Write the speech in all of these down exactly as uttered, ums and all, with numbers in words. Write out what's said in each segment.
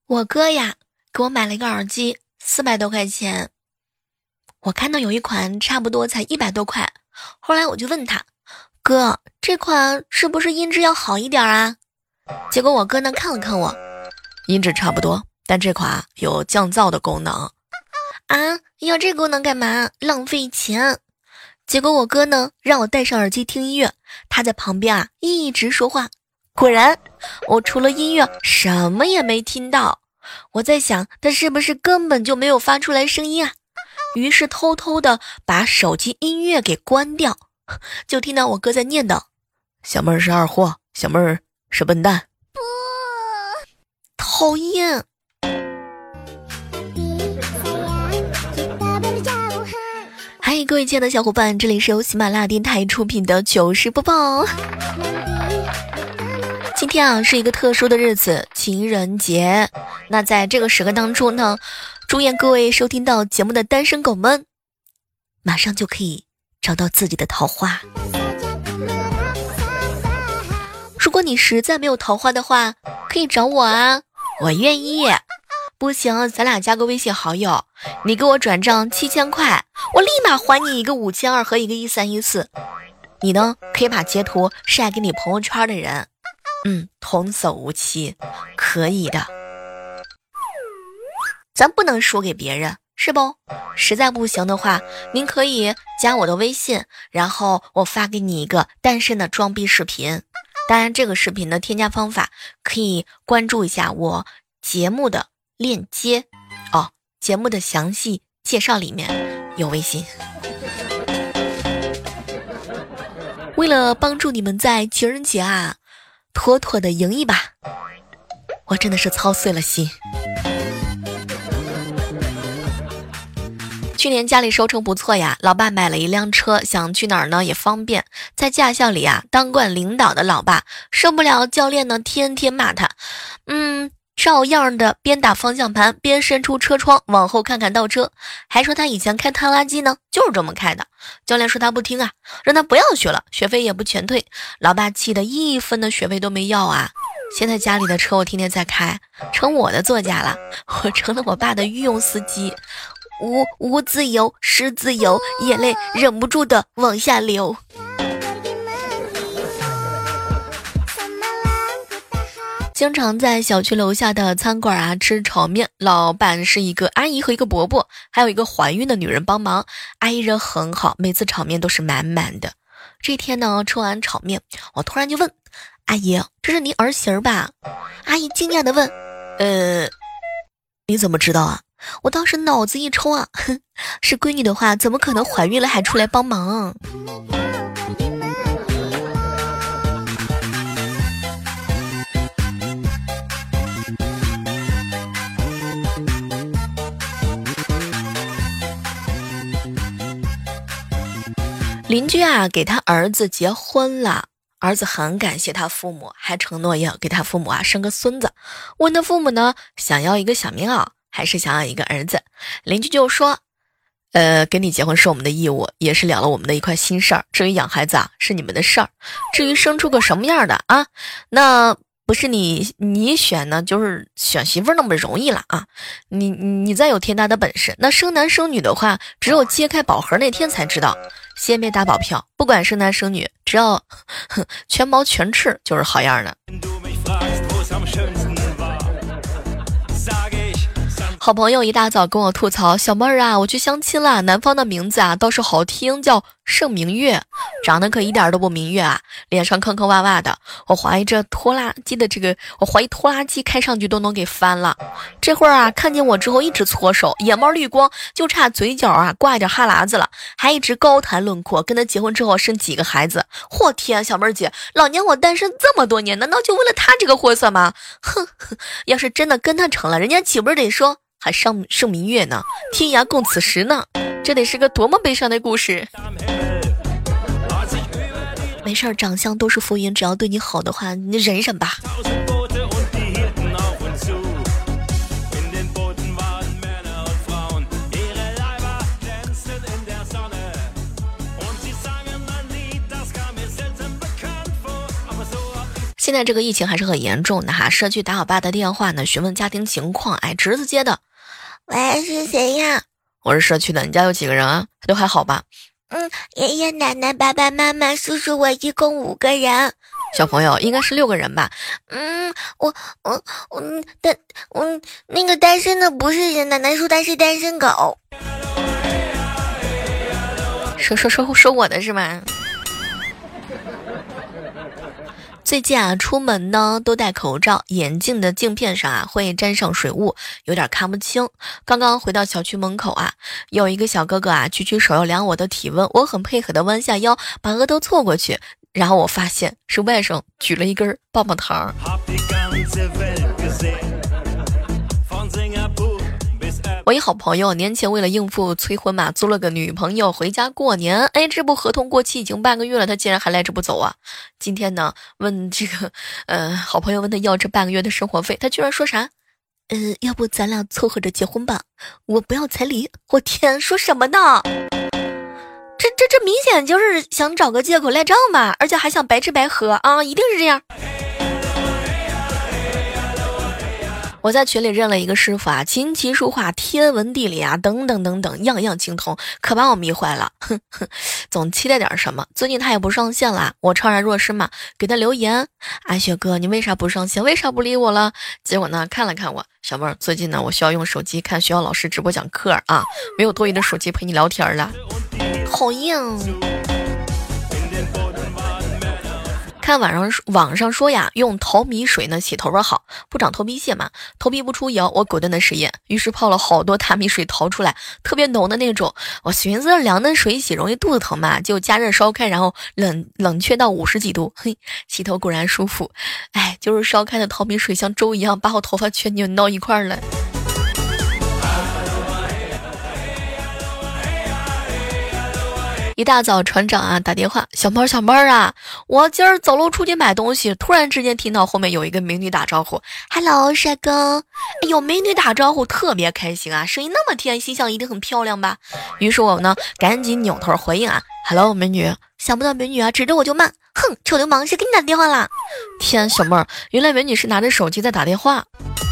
我哥呀给我买了一个耳机，四百多块钱。我看到有一款差不多才一百多块，后来我就问他，哥，这款是不是音质要好一点啊？结果我哥呢看了看我，音质差不多，但这款有降噪的功能。啊，要这功能干嘛？浪费钱。结果我哥呢让我戴上耳机听音乐，他在旁边啊一直说话，果然我除了音乐什么也没听到。我在想他是不是根本就没有发出来声音啊，于是偷偷的把手机音乐给关掉，就听到我哥在念叨，小妹儿是二货，小妹儿是笨蛋。不，讨厌。嗨，各位亲爱的小伙伴，这里是由喜马拉雅电台出品的糗事播报。今天啊是一个特殊的日子，情人节。那在这个时刻当中呢，祝愿各位收听到节目的单身狗们，马上就可以找到自己的桃花。如果你实在没有桃花的话，可以找我啊，我愿意。不行，咱俩加个微信好友，你给我转账七千块，我立马还你一个五千二和一个一三一四。你呢，可以把截图晒给你朋友圈的人。嗯，童叟无欺，可以的。咱不能说给别人，是不？实在不行的话，您可以加我的微信，然后我发给你一个单身的装逼视频。当然，这个视频的添加方法可以关注一下我节目的链接哦，节目的详细介绍里面有微信。为了帮助你们在情人节啊妥妥的赢一把，我真的是操碎了心。去年家里收成不错呀，老爸买了一辆车，想去哪儿呢也方便。在驾校里啊，当惯领导的老爸受不了教练呢天天骂他，嗯，照样的边打方向盘边伸出车窗往后看看倒车，还说他以前开拖拉机呢就是这么开的。教练说他不听啊，让他不要学了，学费也不全退。老爸气得一分的学费都没要啊。现在家里的车我天天在开，成我的座驾了，我成了我爸的御用司机，无无自由失自由，眼泪忍不住的往下流。经常在小区楼下的餐馆啊吃炒面，老板是一个阿姨和一个伯伯，还有一个怀孕的女人帮忙。阿姨人很好，每次炒面都是满满的。这天呢，吃完炒面，我突然就问阿姨，这是您儿媳吧？阿姨惊讶的问，呃，你怎么知道啊？我当时脑子一抽啊，哼，是闺女的话，怎么可能怀孕了还出来帮忙？邻居啊，给他儿子结婚了，儿子很感谢他父母，还承诺要给他父母啊生个孙子。问他父母呢，想要一个小棉袄，还是想要一个儿子？邻居就说，呃，跟你结婚是我们的义务，也是了了我们的一块心事儿。至于养孩子啊，是你们的事儿。至于生出个什么样的啊，那不是你你选呢，就是选媳妇儿那么容易了啊！你你再有天大的本事，那生男生女的话，只有揭开宝盒那天才知道。先别打保票，不管生男生女，只要哼全毛全赤就是好样的。好朋友一大早跟我吐槽，小妹儿啊，我去相亲了，男方的名字啊倒是好听，叫盛明月，长得可一点都不明月啊，脸上坑坑洼洼的，我怀疑这拖拉机的这个，我怀疑拖拉机开上去都能给翻了。这会儿啊，看见我之后一直搓手，眼冒绿光，就差嘴角啊挂一点哈喇子了，还一直高谈论阔，跟他结婚之后生几个孩子。嚯天，小妹儿姐，老娘我单身这么多年，难道就为了他这个货色吗？哼，要是真的跟他成了，人家岂不是得说还上盛明月呢，天涯共此时呢？这得是个多么悲伤的故事。没事儿，长相都是浮云，只要对你好的话，你忍忍吧。现现在这个疫情还是很严重的哈，社区打我爸的电话呢，询问家庭情况。哎，侄子接的。喂，是谁呀？我是社区的，你家有几个人啊？都还好吧？嗯，爷爷奶奶、爸爸妈妈、叔叔，我一共五个人。小朋友应该是六个人吧？嗯，我我我单我那个单身的不是人，奶奶说他是单身狗。说说说说我的是吗？最近啊，出门呢都戴口罩，眼镜的镜片上啊会沾上水雾，有点看不清。刚刚回到小区门口啊，有一个小哥哥啊举起手要量我的体温，我很配合的弯下腰，把额头凑过去，然后我发现是外甥举了一根棒棒糖。我一好朋友年前为了应付催婚嘛，租了个女朋友回家过年。哎，这部合同过期已经半个月了，他竟然还赖着不走啊！今天呢，问这个呃好朋友问他要这半个月的生活费，他居然说啥？呃，要不咱俩凑合着结婚吧，我不要彩礼。我天，说什么呢？这这这明显就是想找个借口赖账吧，而且还想白吃白喝啊，一定是这样。我在群里认了一个师傅啊，琴棋书画、天文地理啊，等等等等，样样精通，可把我迷坏了。哼哼，总期待点什么。最近他也不上线了，我怅然若失嘛，给他留言：阿雪哥，你为啥不上线？为啥不理我了？结果呢，看了看我，小妹儿，最近呢，我需要用手机看学校老师直播讲课啊，没有多余的手机陪你聊天了。讨厌。看网上网上说呀，用淘米水呢洗头发好，不长头皮屑嘛，头皮不出油。我果断的实验，于是泡了好多大米水淘出来，特别浓的那种。我寻思凉的水洗容易肚子疼嘛，就加热烧开，然后冷冷却到五十几度，嘿，洗头果然舒服。哎，就是烧开的淘米水像粥一样，把我头发全扭到一块儿了。一大早船长啊打电话，小妹儿小妹儿啊，我今儿走路出去买东西，突然之间听到后面有一个美女打招呼 ，Hello 帅哥，哎呦美女打招呼特别开心啊，声音那么甜，心想一定很漂亮吧。于是我呢赶紧扭头回应啊 ，Hello 美女，想不到美女啊指着我就骂，哼，臭流氓，谁给你打电话啦？天，小妹儿，原来美女是拿着手机在打电话。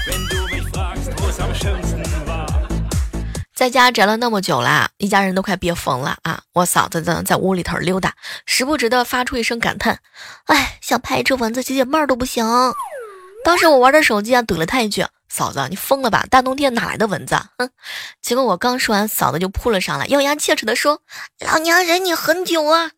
在家宅了那么久啦，一家人都快憋疯了啊！我嫂子呢在屋里头溜达，时不时的发出一声感叹：“哎，想拍这蚊子解解闷儿都不行。”当时我玩着手机啊，怼了他一句：“嫂子，你疯了吧？大冬天哪来的蚊子？”哼！结果我刚说完，嫂子就扑了上来，咬牙切齿的说：“老娘忍你很久啊！”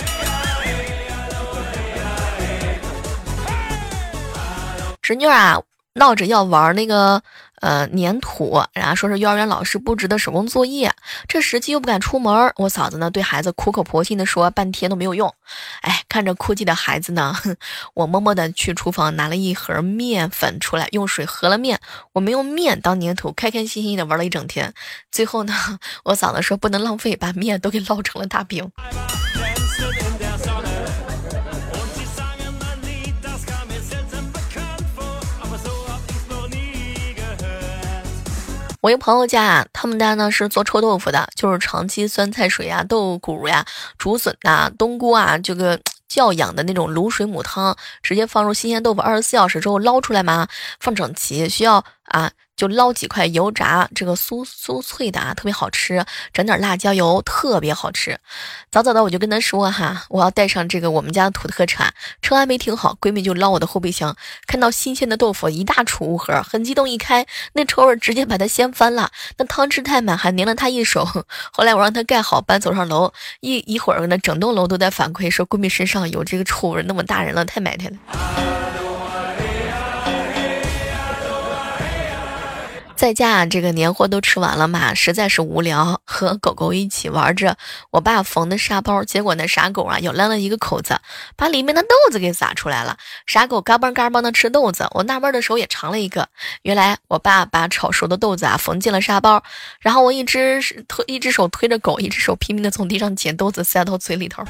侄女啊，闹着要玩那个。呃，粘土，然后说是幼儿园老师布置的手工作业，这时期又不敢出门，我嫂子呢对孩子苦口婆心的说半天都没有用。哎，看着哭泣的孩子呢，我默默的去厨房拿了一盒面粉出来，用水和了面，我们用面当粘土，开开心心的玩了一整天。最后呢，我嫂子说不能浪费，把面都给烙成了大饼。我一朋友家，他们家呢是做臭豆腐的，就是长期酸菜水呀、豆鼓呀、竹笋呐、冬菇啊，这个教养的那种卤水母汤，直接放入新鲜豆腐二十四小时之后捞出来嘛，放整齐，需要啊就捞几块油炸，这个酥酥脆的啊，特别好吃，整点辣椒油，特别好吃。早早的我就跟他说哈，我要带上这个我们家的土特产，车还没停好，闺蜜就捞我的后备箱，看到新鲜的豆腐一大储物盒，很激动，一开那臭味直接把她掀翻了，那汤汁太满还粘了她一手。后来我让她盖好，搬走上楼，一一会儿呢，整栋楼都在反馈说闺蜜身上有这个臭味，那么大人了，太埋汰了。在家这个年货都吃完了嘛，实在是无聊，和狗狗一起玩着我爸缝的沙包，结果那傻狗啊咬烂了一个口子，把里面的豆子给撒出来了，傻狗嘎嘣嘎嘣的吃豆子，我纳闷的手也尝了一个，原来我爸把炒熟的豆子啊缝进了沙包，然后我一只推一只手推着狗，一只手拼命的从地上捡豆子塞到嘴里头。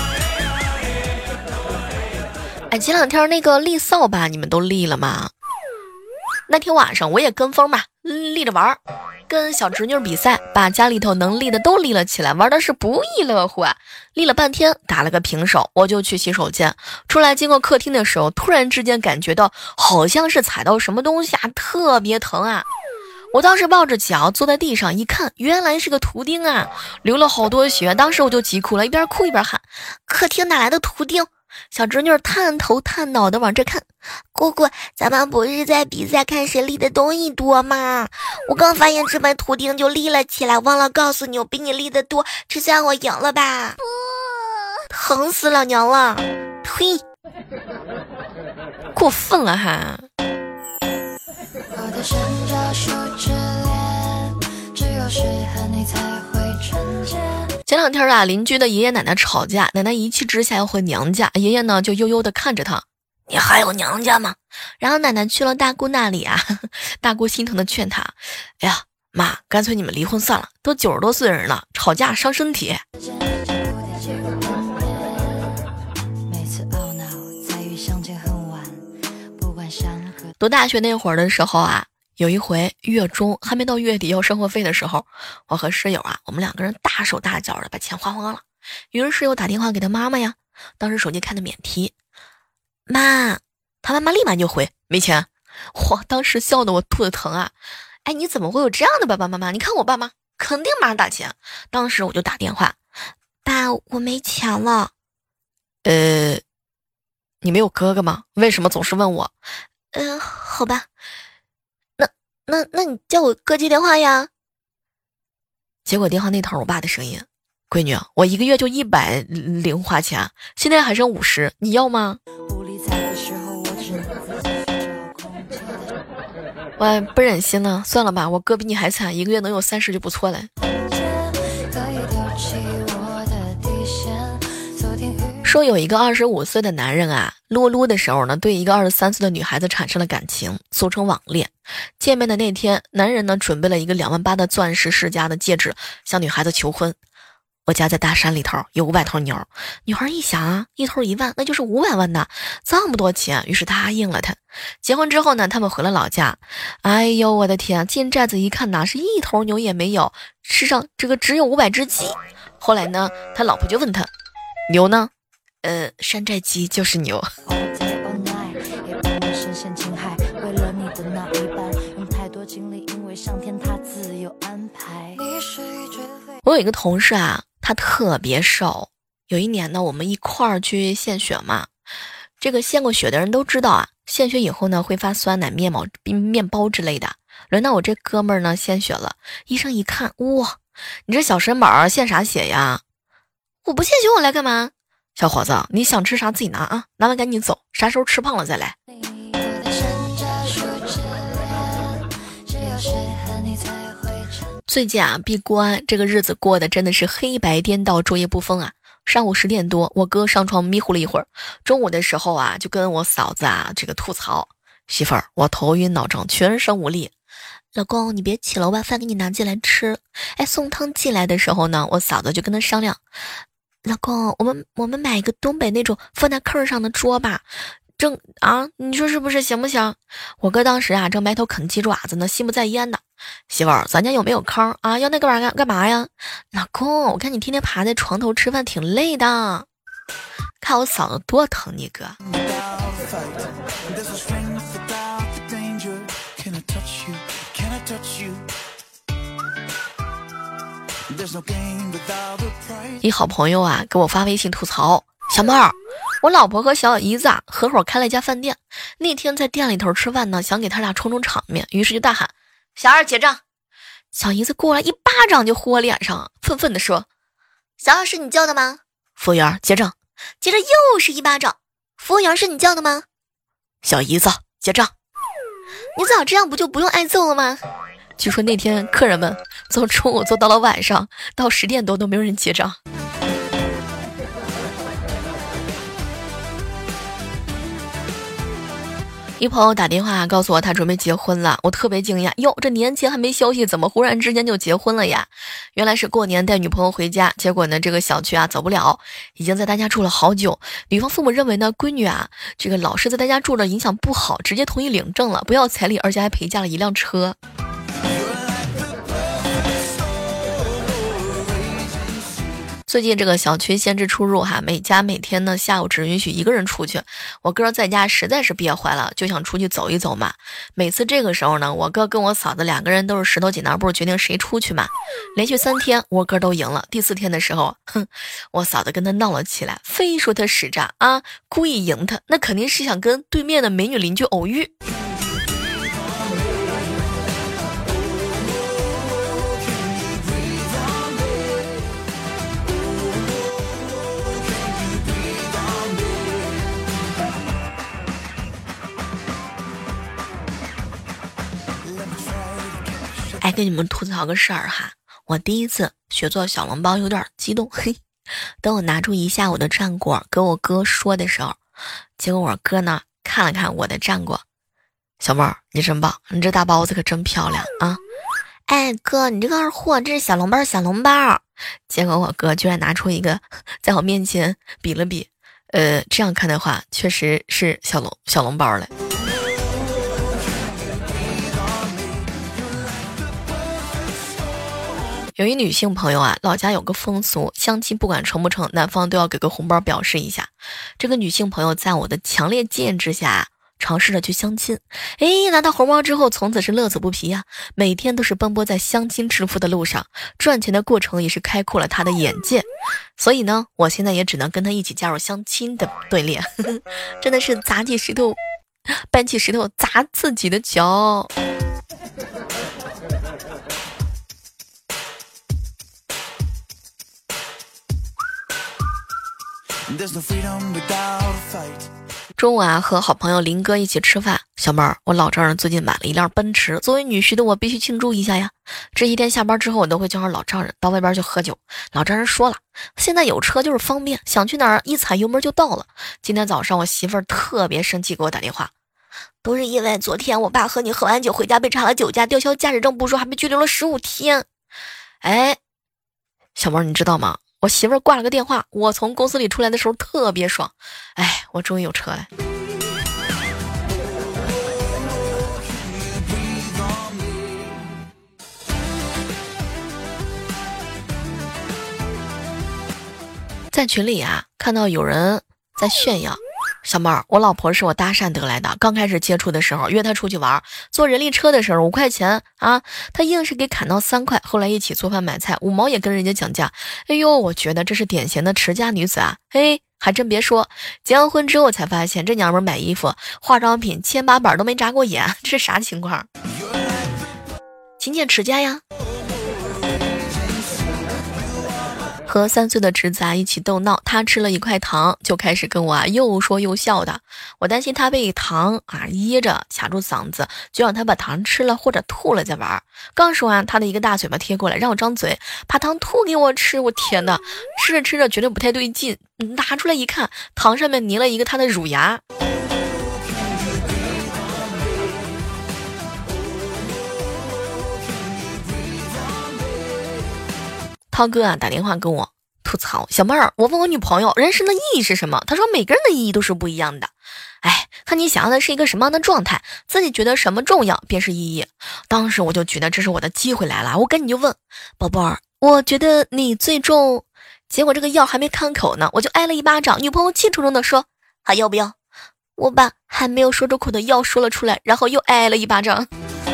哎，前两天那个立扫把你们都立了吗？那天晚上我也跟风嘛，立着玩儿， 跟小侄女比赛，把家里头能立的都立了起来，玩的是不亦乐乎啊！立了半天，打了个平手，我就去洗手间，出来经过客厅的时候，突然之间感觉到好像是踩到什么东西啊，特别疼啊！我当时抱着脚坐在地上一看，原来是个图钉啊，流了好多血，当时我就急哭了，一边哭一边喊：客厅哪来的图钉？小侄女探头探脑的往这看，姑姑，咱们不是在比赛看谁立的东西多吗？我刚发现这枚图钉就立了起来，忘了告诉你，我比你立的多，这下我赢了吧？疼死老娘了！呸！过分了哈！我的身高数之恋，只有是和你才会纯洁。前两天啊，邻居的爷爷奶奶吵架，奶奶一气之下要回娘家，爷爷呢就悠悠的看着他，你还有娘家吗？然后奶奶去了大姑那里啊，大姑心疼的劝他，哎呀妈，干脆你们离婚算了，都九十多岁的人了，吵架伤身体。读大学那会儿的时候啊，有一回月中还没到月底要生活费的时候，我和室友啊，我们两个人大手大脚的把钱花光了。于是室友打电话给他妈妈呀，当时手机看的免提，妈，他妈妈立马就回没钱。我当时笑得我肚子疼啊！哎，你怎么会有这样的爸爸妈妈？你看我爸妈肯定马上打钱。当时我就打电话，爸，我没钱了。呃，你没有哥哥吗？为什么总是问我？呃，好吧，那那那你叫我哥接电话呀。结果电话那头我爸的声音，闺女，我一个月就一百零花钱，现在还剩五十，你要吗？我不忍心了，算了吧，我哥比你还惨，一个月能有三十就不错了。说有一个二十五岁的男人啊，撸撸的时候呢，对一个二十三岁的女孩子产生了感情，俗称网恋。见面的那天，男人呢准备了一个两万八的钻石世家的戒指，向女孩子求婚。我家在大山里头，有五百头牛。女孩一想啊，一头一万，那就是五百万呐，这么多钱，于是答应了他。结婚之后呢，他们回了老家。哎呦，我的天，进寨子一看哪是一头牛也没有，世上这个只有五百只鸡。后来呢，他老婆就问他，牛呢？呃，山寨鸡就是牛。我有一个同事啊，他特别瘦。有一年呢，我们一块儿去献血嘛。这个献过血的人都知道啊，献血以后呢会发酸奶、面包、面包之类的。轮到我这哥们儿呢献血了，医生一看，哇，你这小身板献啥血呀？我不献血我来干嘛？小伙子，你想吃啥自己拿啊，拿完赶紧走，啥时候吃胖了再来。最近啊，闭关这个日子过得真的是黑白颠倒，昼夜不分啊。上午十点多，我哥上床迷糊了一会儿，中午的时候啊，就跟我嫂子啊这个吐槽，媳妇儿，我头晕脑胀，全身无力。老公，你别起了，我把饭给你拿进来吃。哎，送汤进来的时候呢，我嫂子就跟他商量，老公，我们我们买一个东北那种放在炕上的桌吧，正啊，你说是不是行不行？我哥当时啊正埋头啃鸡爪子呢，心不在焉的。媳妇儿，咱家有没有炕啊？要那个玩意儿干干嘛呀？老公，我看你天天爬在床头吃饭挺累的，看我嫂子多疼你哥。一好朋友啊给我发微信吐槽，小妹儿，我老婆和小姨子啊合伙开了一家饭店，那天在店里头吃饭呢，想给他俩充充场面，于是就大喊，小二结账。小姨子过来一巴掌就呼我脸上，愤愤地说，小二是你叫的吗？服务员结账。接着又是一巴掌，服务员是你叫的吗？小姨子结账。你早这样不就不用挨揍了吗？据说那天客人们从中午做到了晚上，到十点多都没有人结账。一朋友打电话告诉我他准备结婚了，我特别惊讶，哟，这年前还没消息，怎么忽然之间就结婚了呀？原来是过年带女朋友回家，结果呢这个小区啊走不了，已经在他家住了好久。女方父母认为呢闺女啊这个老是在他家住着影响不好，直接同意领证了，不要彩礼，而且还陪嫁了一辆车。 最近这个小区限制出入哈，每家每天呢下午只允许一个人出去。我哥在家实在是憋坏了，就想出去走一走嘛。每次这个时候呢，我哥跟我嫂子两个人都是石头剪刀布，决定谁出去嘛。连续三天我哥都赢了，第四天的时候，哼，我嫂子跟他闹了起来，非说他使诈啊，故意赢他，那肯定是想跟对面的美女邻居偶遇。哎，跟你们吐槽个事儿哈，我第一次学做小笼包有点激动，嘿，等我拿出一下午的战果跟我哥说的时候，结果我哥呢看了看我的战果，小妹儿你真棒，你这大包子可真漂亮啊！哎哥，你这个二货，这是小笼包小笼包。结果我哥居然拿出一个，在我面前比了比，呃，这样看的话，确实是小笼小笼包了。有一女性朋友啊，老家有个风俗，相亲不管成不成，男方都要给个红包表示一下。这个女性朋友在我的强烈建议之下，尝试着去相亲。哎，拿到红包之后，从此是乐此不疲呀、啊，每天都是奔波在相亲致富的路上，赚钱的过程也是开阔了她的眼界。所以呢，我现在也只能跟她一起加入相亲的队列，真的是砸起石头，搬起石头砸自己的脚。中午啊，和好朋友林哥一起吃饭。小妹儿，我老丈人最近买了一辆奔驰，作为女婿的我必须庆祝一下呀。这一天下班之后，我都会叫上老丈人到外边去喝酒。老丈人说了，现在有车就是方便，想去哪儿一踩油门就到了。今天早上我媳妇儿特别生气，给我打电话，都是因为昨天我爸和你喝完酒回家被查了酒驾，吊销驾驶证不说，还被拘留了十五天。哎，小妹儿，你知道吗？我媳妇儿挂了个电话，我从公司里出来的时候特别爽，哎，我终于有车了。在群里啊，看到有人在炫耀，小妹儿，我老婆是我搭讪得来的，刚开始接触的时候约她出去玩，坐人力车的时候五块钱啊，她硬是给砍到三块，后来一起做饭买菜五毛也跟人家讲价，哎呦，我觉得这是典型的持家女子啊，嘿，还真别说，结完婚之后才发现这娘们买衣服化妆品千八百都没眨过眼，这是啥情况？勤俭持家呀。和三岁的侄子啊一起逗闹，他吃了一块糖就开始跟我啊又说又笑的，我担心他被糖啊噎着卡住嗓子，就让他把糖吃了或者吐了再玩。刚说完，他的一个大嘴巴贴过来让我张嘴，把糖吐给我吃。我天哪，吃着吃着觉得不太对劲，拿出来一看，糖上面粘了一个他的乳牙。涛哥啊打电话跟我吐槽，小妹儿，我问我女朋友人生的意义是什么，她说每个人的意义都是不一样的。哎，看你想要的是一个什么样的状态，自己觉得什么重要便是意义。当时我就觉得这是我的机会来了，我赶紧就问宝贝儿，我觉得你最重。结果这个药还没开口呢，我就挨了一巴掌。女朋友气冲冲的说还要不要，我把还没有说出口的药说了出来，然后又挨了一巴掌。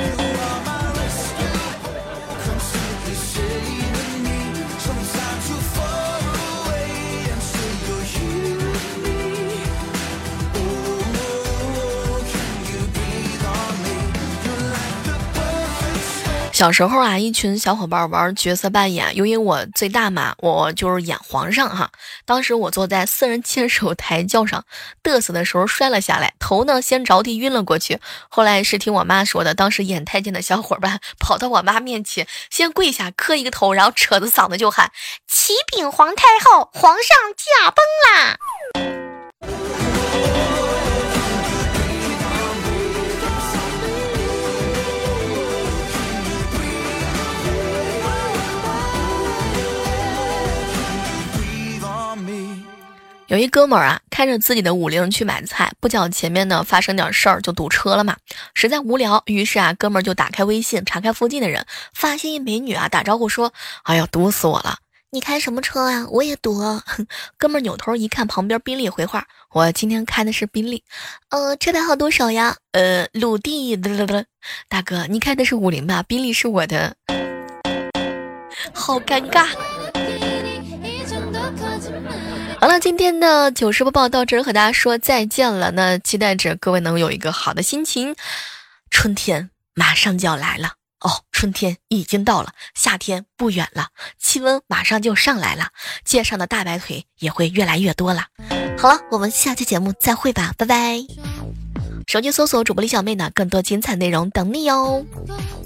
小时候啊，一群小伙伴玩角色扮演，由于我最大嘛，我就是演皇上哈。当时我坐在四人牵手抬轿上，嘚瑟的时候摔了下来，头呢先着地晕了过去。后来是听我妈说的，当时演太监的小伙伴跑到我妈面前，先跪下磕一个头，然后扯着嗓子就喊：“启禀皇太后，皇上驾崩啦！”有一哥们儿啊，开着自己的五菱去买菜，不巧前面呢发生点事儿就堵车了嘛，实在无聊，于是啊哥们儿就打开微信查看附近的人，发现一美女啊打招呼说：“哎呀，堵死我了！” 你开什么车啊？我也读。哥们儿扭头一看，旁边宾利回话：我今天开的是宾利。呃，车牌号多少呀？呃，鲁地。大哥，你开的是五菱吧？宾利是我的。好尴尬。好了，今天的糗事播报到这儿，和大家说再见了。那期待着各位能有一个好的心情。春天马上就要来了。哦，春天已经到了，夏天不远了，气温马上就上来了，街上的大白腿也会越来越多了。好了，我们下期节目再会吧，拜拜。手机搜索主播李小妹呢，更多精彩内容等你哟。